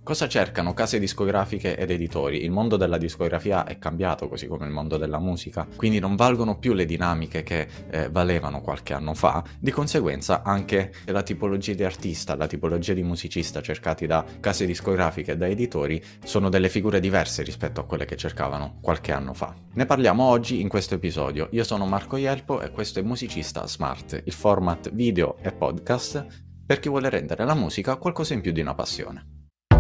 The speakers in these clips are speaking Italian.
Cosa cercano case discografiche ed editori? Il mondo della discografia è cambiato, così come il mondo della musica, quindi non valgono più le dinamiche che valevano qualche anno fa. Di conseguenza anche la tipologia di artista, la tipologia di musicista cercati da case discografiche e da editori sono delle figure diverse rispetto a quelle che cercavano qualche anno fa. Ne parliamo oggi in questo episodio. Io sono Marco Ielpo e questo è Musicista Smart, il format video e podcast per chi vuole rendere la musica qualcosa in più di una passione.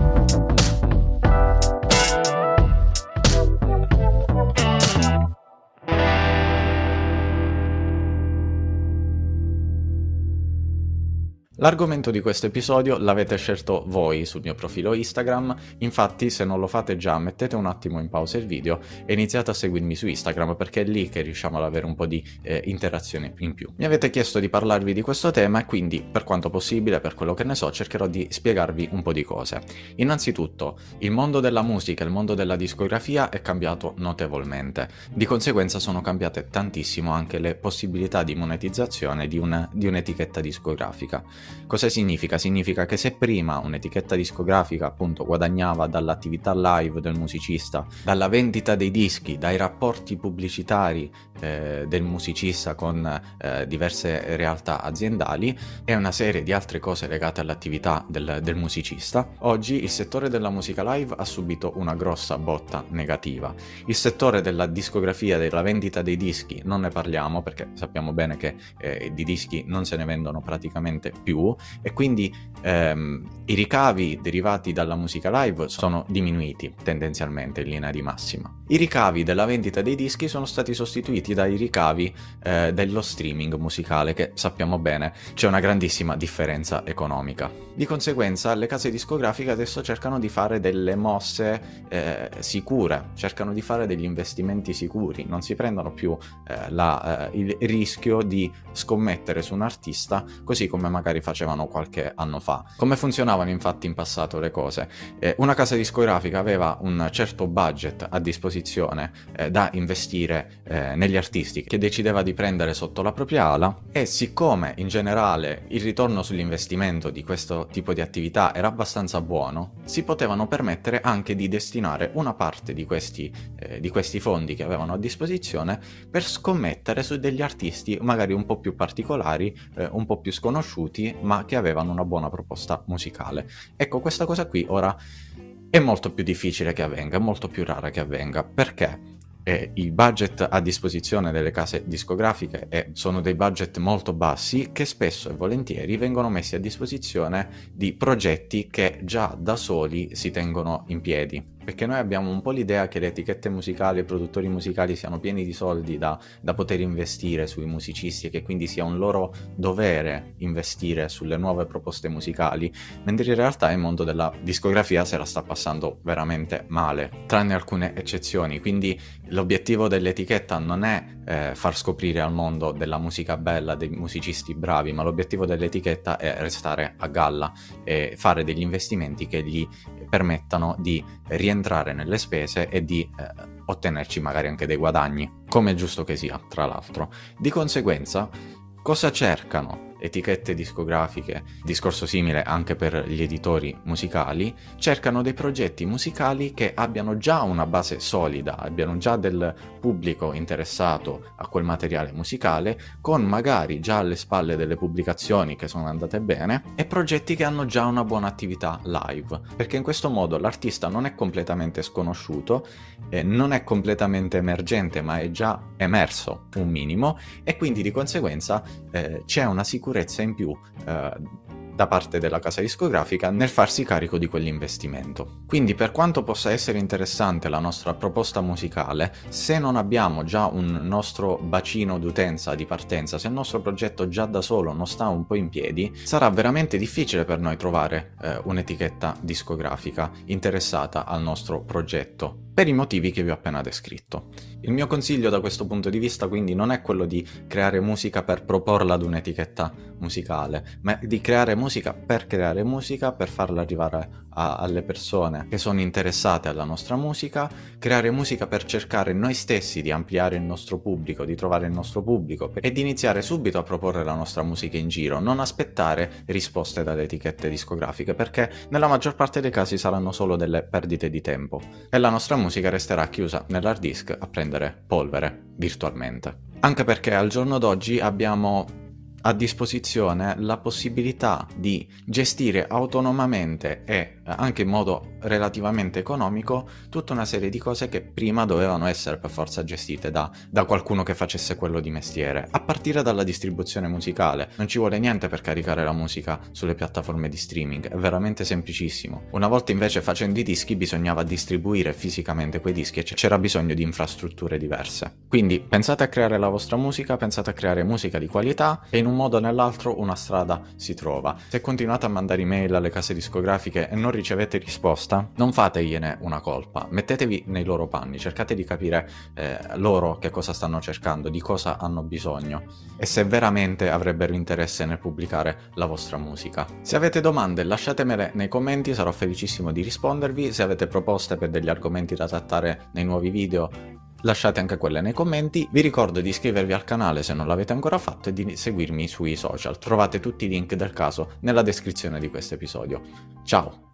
L'argomento di questo episodio l'avete scelto voi sul mio profilo Instagram, infatti se non lo fate già mettete un attimo in pausa il video e iniziate a seguirmi su Instagram perché è lì che riusciamo ad avere un po' di interazione in più. Mi avete chiesto di parlarvi di questo tema e quindi per quanto possibile, per quello che ne so, cercherò di spiegarvi un po' di cose. Innanzitutto, il mondo della musica, il mondo della discografia è cambiato notevolmente, di conseguenza sono cambiate tantissimo anche le possibilità di monetizzazione di un'etichetta discografica. Cosa significa? Significa che se prima un'etichetta discografica appunto guadagnava dall'attività live del musicista, dalla vendita dei dischi, dai rapporti pubblicitari del musicista con diverse realtà aziendali e una serie di altre cose legate all'attività del musicista, oggi il settore della musica live ha subito una grossa botta negativa. Il settore della discografia, della vendita dei dischi, non ne parliamo perché sappiamo bene che di dischi non se ne vendono praticamente più e quindi i ricavi derivati dalla musica live sono diminuiti tendenzialmente in linea di massima. I ricavi della vendita dei dischi sono stati sostituiti dai ricavi dello streaming musicale, che sappiamo bene c'è una grandissima differenza economica. Di conseguenza le case discografiche adesso cercano di fare delle mosse sicure, cercano di fare degli investimenti sicuri, non si prendono più il rischio di scommettere su un artista così come magari facevano qualche anno fa. Come funzionavano infatti in passato le cose? Una casa discografica aveva un certo budget a disposizione da investire negli artisti che decideva di prendere sotto la propria ala e siccome in generale il ritorno sull'investimento di questo tipo di attività era abbastanza buono, si potevano permettere anche di destinare una parte di questi fondi che avevano a disposizione per scommettere su degli artisti magari un po' più particolari, un po' più sconosciuti, ma che avevano una buona proposta musicale. Ecco, questa cosa qui ora è molto più difficile che avvenga, è molto più rara che avvenga, perché i budget a disposizione delle case discografiche sono dei budget molto bassi che spesso e volentieri vengono messi a disposizione di progetti che già da soli si tengono in piedi. Perché noi abbiamo un po' l'idea che le etichette musicali e i produttori musicali siano pieni di soldi da poter investire sui musicisti e che quindi sia un loro dovere investire sulle nuove proposte musicali, mentre in realtà il mondo della discografia se la sta passando veramente male, tranne alcune eccezioni. Quindi l'obiettivo dell'etichetta non è far scoprire al mondo della musica bella, dei musicisti bravi, ma l'obiettivo dell'etichetta è restare a galla e fare degli investimenti che gli permettano di rientrare nelle spese e di ottenerci magari anche dei guadagni, come è giusto che sia, tra l'altro. Di conseguenza, cosa cercano etichette discografiche, discorso simile anche per gli editori musicali? Cercano dei progetti musicali che abbiano già una base solida, abbiano già del pubblico interessato a quel materiale musicale, con magari già alle spalle delle pubblicazioni che sono andate bene e progetti che hanno già una buona attività live, perché in questo modo l'artista non è completamente sconosciuto, non è completamente emergente, ma è già emerso un minimo e quindi di conseguenza c'è una sicurezza in più da parte della casa discografica nel farsi carico di quell'investimento. Quindi per quanto possa essere interessante la nostra proposta musicale, se non abbiamo già un nostro bacino d'utenza di partenza, se il nostro progetto già da solo non sta un po' in piedi, sarà veramente difficile per noi trovare un'etichetta discografica interessata al nostro progetto. per i motivi che vi ho appena descritto. Il mio consiglio da questo punto di vista quindi non è quello di creare musica per proporla ad un'etichetta musicale, ma di creare musica, per farla arrivare alle persone che sono interessate alla nostra musica, creare musica per cercare noi stessi di ampliare il nostro pubblico, di trovare il nostro pubblico e di iniziare subito a proporre la nostra musica in giro, non aspettare risposte dalle etichette discografiche, perché nella maggior parte dei casi saranno solo delle perdite di tempo e la nostra musica resterà chiusa nell'hard disk a prendere polvere virtualmente. Anche perché al giorno d'oggi abbiamo a disposizione la possibilità di gestire autonomamente e anche in modo relativamente economico tutta una serie di cose che prima dovevano essere per forza gestite da qualcuno che facesse quello di mestiere, a partire dalla distribuzione musicale. Non ci vuole niente per caricare la musica sulle piattaforme di streaming, è veramente semplicissimo. Una volta invece facendo i dischi bisognava distribuire fisicamente quei dischi e c'era bisogno di infrastrutture diverse. Quindi pensate a creare la vostra musica, pensate a creare musica di qualità e in un modo o nell'altro una strada si trova. Se continuate a mandare email alle case discografiche e non ricevete risposta, non fategliene una colpa, mettetevi nei loro panni, cercate di capire loro che cosa stanno cercando, di cosa hanno bisogno e se veramente avrebbero interesse nel pubblicare la vostra musica. Se avete domande lasciatemele nei commenti, sarò felicissimo di rispondervi. Se avete proposte per degli argomenti da trattare nei nuovi video, lasciate anche quelle nei commenti. Vi ricordo di iscrivervi al canale se non l'avete ancora fatto e di seguirmi sui social. Trovate tutti i link del caso nella descrizione di questo episodio. Ciao!